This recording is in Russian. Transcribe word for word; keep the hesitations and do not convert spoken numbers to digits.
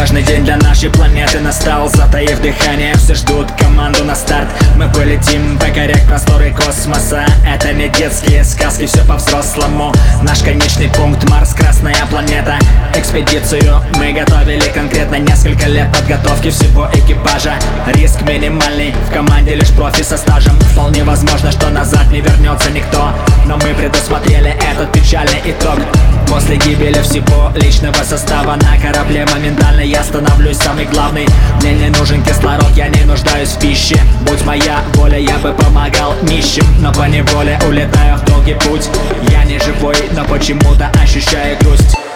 Важный день для нашей планеты настал. Затаив дыхание, все ждут команду на старт. Мы полетим, покорять просторы космоса. Это не детские сказки, все по-взрослому. Наш конечный пункт — Марс, красная планета. Экспедицию мы готовили конкретно. Несколько лет подготовки всего экипажа. Риск минимальный, в команде лишь профи со стажем. Вполне возможно, что назад не вернется никто, но мы предусмотрели этот печальный итог. После гибели всего личного состава на корабле моментально я становлюсь самый главный. Мне не нужен кислород, я не нуждаюсь в пище. Будь моя воля, я бы помогал нищим, но поневоле улетаю в долгий путь. Я не живой, но почему-то ощущаю грусть.